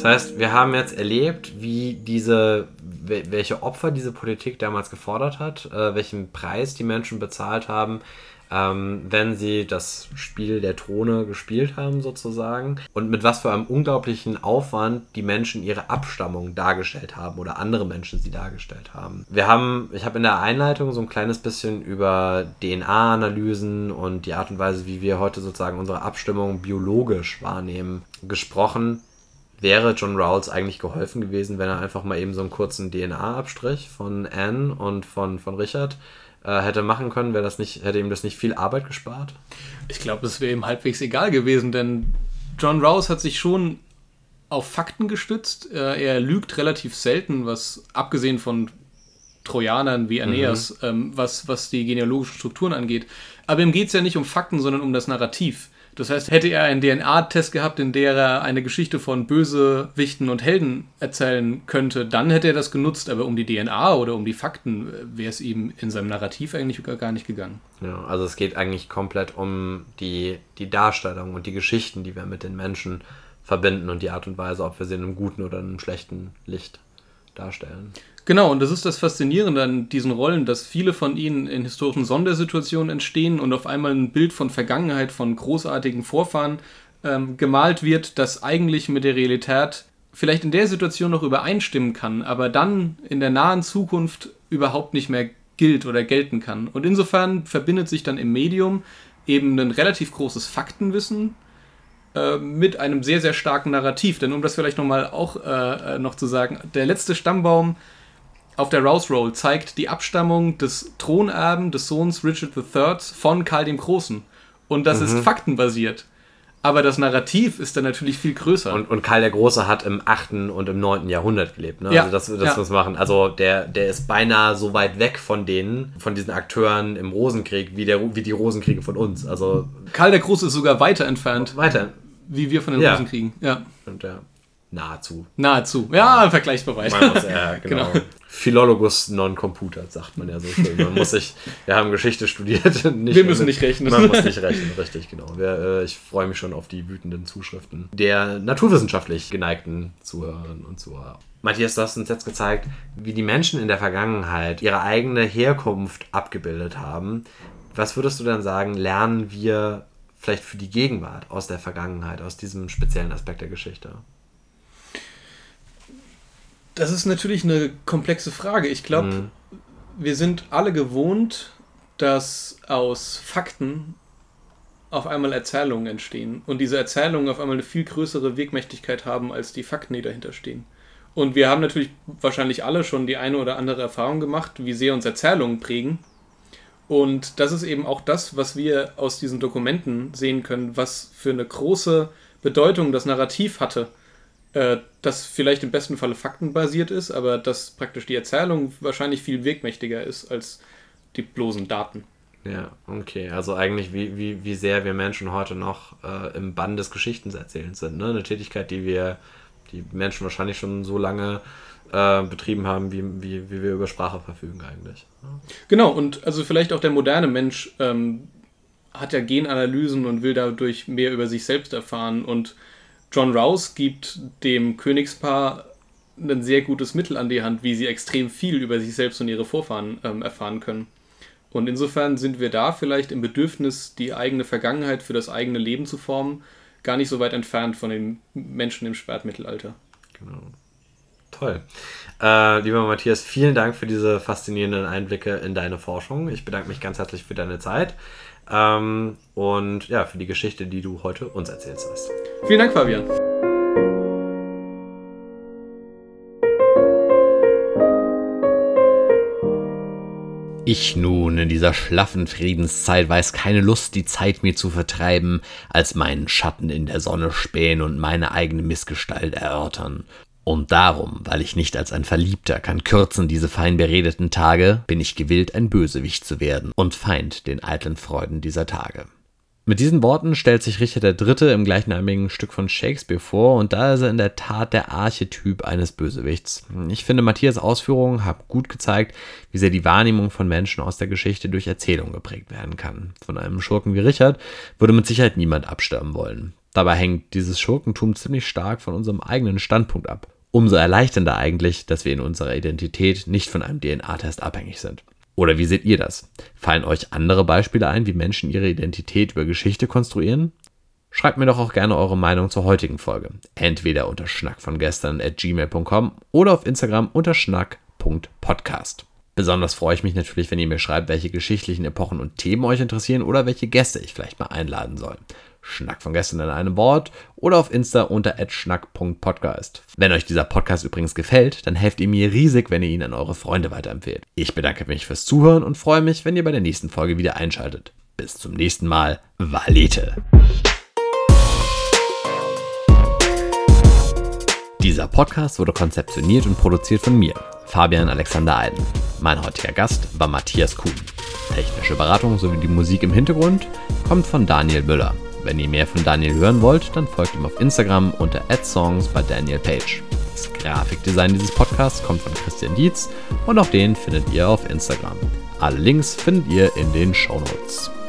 Das heißt, wir haben jetzt erlebt, wie diese, welche Opfer diese Politik damals gefordert hat, äh, welchen Preis die Menschen bezahlt haben, ähm, wenn sie das Spiel der Throne gespielt haben sozusagen und mit was für einem unglaublichen Aufwand die Menschen ihre Abstammung dargestellt haben oder andere Menschen sie dargestellt haben. Wir haben, ich habe in der Einleitung so ein kleines bisschen über D N A-Analysen und die Art und Weise, wie wir heute sozusagen unsere Abstimmung biologisch wahrnehmen, gesprochen. Wäre John Rawls eigentlich geholfen gewesen, wenn er einfach mal eben so einen kurzen D N A-Abstrich von Anne und von, von Richard äh, hätte machen können? Wäre das nicht, hätte ihm das nicht viel Arbeit gespart? Ich glaube, es wäre ihm halbwegs egal gewesen, denn John Rawls hat sich schon auf Fakten gestützt. Äh, er lügt relativ selten, was abgesehen von Trojanern wie Aeneas, mhm. ähm, was, was die genealogischen Strukturen angeht. Aber ihm geht es ja nicht um Fakten, sondern um das Narrativ. Das heißt, hätte er einen D N A-Test gehabt, in der er eine Geschichte von Bösewichten und Helden erzählen könnte, dann hätte er das genutzt. Aber um die D N A oder um die Fakten wäre es ihm in seinem Narrativ eigentlich gar nicht gegangen. Ja, also es geht eigentlich komplett um die, die Darstellung und die Geschichten, die wir mit den Menschen verbinden und die Art und Weise, ob wir sie in einem guten oder in einem schlechten Licht darstellen. Genau, und das ist das Faszinierende an diesen Rollen, dass viele von ihnen in historischen Sondersituationen entstehen und auf einmal ein Bild von Vergangenheit, von großartigen Vorfahren ähm, gemalt wird, das eigentlich mit der Realität vielleicht in der Situation noch übereinstimmen kann, aber dann in der nahen Zukunft überhaupt nicht mehr gilt oder gelten kann. Und insofern verbindet sich dann im Medium eben ein relativ großes Faktenwissen äh, mit einem sehr, sehr starken Narrativ. Denn um das vielleicht nochmal auch äh, noch zu sagen, der letzte Stammbaum auf der Rouse Roll zeigt die Abstammung des Thronerben, des Sohns Richard der Dritte von Karl dem Großen. Und das mhm. ist faktenbasiert. Aber das Narrativ ist dann natürlich viel größer. Und, und Karl der Große hat im achten und im neunten Jahrhundert gelebt. Ne? Ja. Also das, das ja. muss machen. Also der, der ist beinahe so weit weg von denen, von diesen Akteuren im Rosenkrieg, wie, der, wie die Rosenkriege von uns. Also Karl der Große ist sogar weiter entfernt. Weiter. Wie wir von den ja. Rosenkriegen. Ja. Und ja. Nahezu. Nahezu. Ja, vergleichbar weit. Man muss, ja, genau. genau. Philologus non computat, sagt man ja so schön. Man muss sich, wir haben Geschichte studiert. Nicht wir müssen mit, nicht rechnen. Man muss nicht rechnen, richtig, genau. Wir, äh, ich freue mich schon auf die wütenden Zuschriften der naturwissenschaftlich geneigten Zuhörerinnen und Zuhörer. Matthias, du hast uns jetzt gezeigt, wie die Menschen in der Vergangenheit ihre eigene Herkunft abgebildet haben. Was würdest du denn sagen, lernen wir vielleicht für die Gegenwart aus der Vergangenheit, aus diesem speziellen Aspekt der Geschichte? Das ist natürlich eine komplexe Frage. Ich glaube, mhm. wir sind alle gewohnt, dass aus Fakten auf einmal Erzählungen entstehen. Und diese Erzählungen auf einmal eine viel größere Wirkmächtigkeit haben, als die Fakten, die dahinter stehen. Und wir haben natürlich wahrscheinlich alle schon die eine oder andere Erfahrung gemacht, wie sehr uns Erzählungen prägen. Und das ist eben auch das, was wir aus diesen Dokumenten sehen können, was für eine große Bedeutung das Narrativ hatte. Das vielleicht im besten Falle faktenbasiert ist, aber dass praktisch die Erzählung wahrscheinlich viel wirkmächtiger ist als die bloßen Daten. Ja, okay. Also eigentlich wie, wie, wie sehr wir Menschen heute noch äh, im Bann des Geschichtenerzählens sind. Ne? Eine Tätigkeit, die wir, die Menschen wahrscheinlich schon so lange äh, betrieben haben, wie, wie, wie wir über Sprache verfügen eigentlich. Ja. Genau, und also vielleicht auch der moderne Mensch ähm, hat ja Genanalysen und will dadurch mehr über sich selbst erfahren, und John Rawls gibt dem Königspaar ein sehr gutes Mittel an die Hand, wie sie extrem viel über sich selbst und ihre Vorfahren ähm, erfahren können. Und insofern sind wir da vielleicht im Bedürfnis, die eigene Vergangenheit für das eigene Leben zu formen, gar nicht so weit entfernt von den Menschen im Spätmittelalter. Genau. Toll. Äh, lieber Matthias, vielen Dank für diese faszinierenden Einblicke in deine Forschung. Ich bedanke mich ganz herzlich für deine Zeit. Ähm, und ja, für die Geschichte, die du heute uns erzählst hast. Vielen Dank, Fabian. Ich nun in dieser schlaffen Friedenszeit weiß keine Lust, die Zeit mir zu vertreiben, als meinen Schatten in der Sonne spähen und meine eigene Missgestalt erörtern. Und darum, weil ich nicht als ein Verliebter kann kürzen diese fein beredeten Tage, bin ich gewillt, ein Bösewicht zu werden und Feind den eitlen Freuden dieser Tage. Mit diesen Worten stellt sich Richard der Dritte im gleichnamigen Stück von Shakespeare vor, und da ist er in der Tat der Archetyp eines Bösewichts. Ich finde, Matthias' Ausführungen haben gut gezeigt, wie sehr die Wahrnehmung von Menschen aus der Geschichte durch Erzählung geprägt werden kann. Von einem Schurken wie Richard würde mit Sicherheit niemand absterben wollen. Dabei hängt dieses Schurkentum ziemlich stark von unserem eigenen Standpunkt ab. Umso erleichternder eigentlich, dass wir in unserer Identität nicht von einem D N A-Test abhängig sind. Oder wie seht ihr das? Fallen euch andere Beispiele ein, wie Menschen ihre Identität über Geschichte konstruieren? Schreibt mir doch auch gerne eure Meinung zur heutigen Folge. Entweder unter schnackvongestern at gmail punkt com oder auf Instagram unter schnack punkt podcast. Besonders freue ich mich natürlich, wenn ihr mir schreibt, welche geschichtlichen Epochen und Themen euch interessieren oder welche Gäste ich vielleicht mal einladen soll. Schnack von gestern in einem Wort oder auf Insta unter at schnack punkt podcast. Wenn euch dieser Podcast übrigens gefällt, dann helft ihr mir riesig, wenn ihr ihn an eure Freunde weiterempfehlt. Ich bedanke mich fürs Zuhören und freue mich, wenn ihr bei der nächsten Folge wieder einschaltet. Bis zum nächsten Mal. Valete! Dieser Podcast wurde konzeptioniert und produziert von mir, Fabian Alexander Eiden. Mein heutiger Gast war Matthias Kuhn. Technische Beratung sowie die Musik im Hintergrund kommt von Daniel Müller. Wenn ihr mehr von Daniel hören wollt, dann folgt ihm auf Instagram unter at songs bei Daniel Page. Das Grafikdesign dieses Podcasts kommt von Christian Dietz und auch den findet ihr auf Instagram. Alle Links findet ihr in den Shownotes.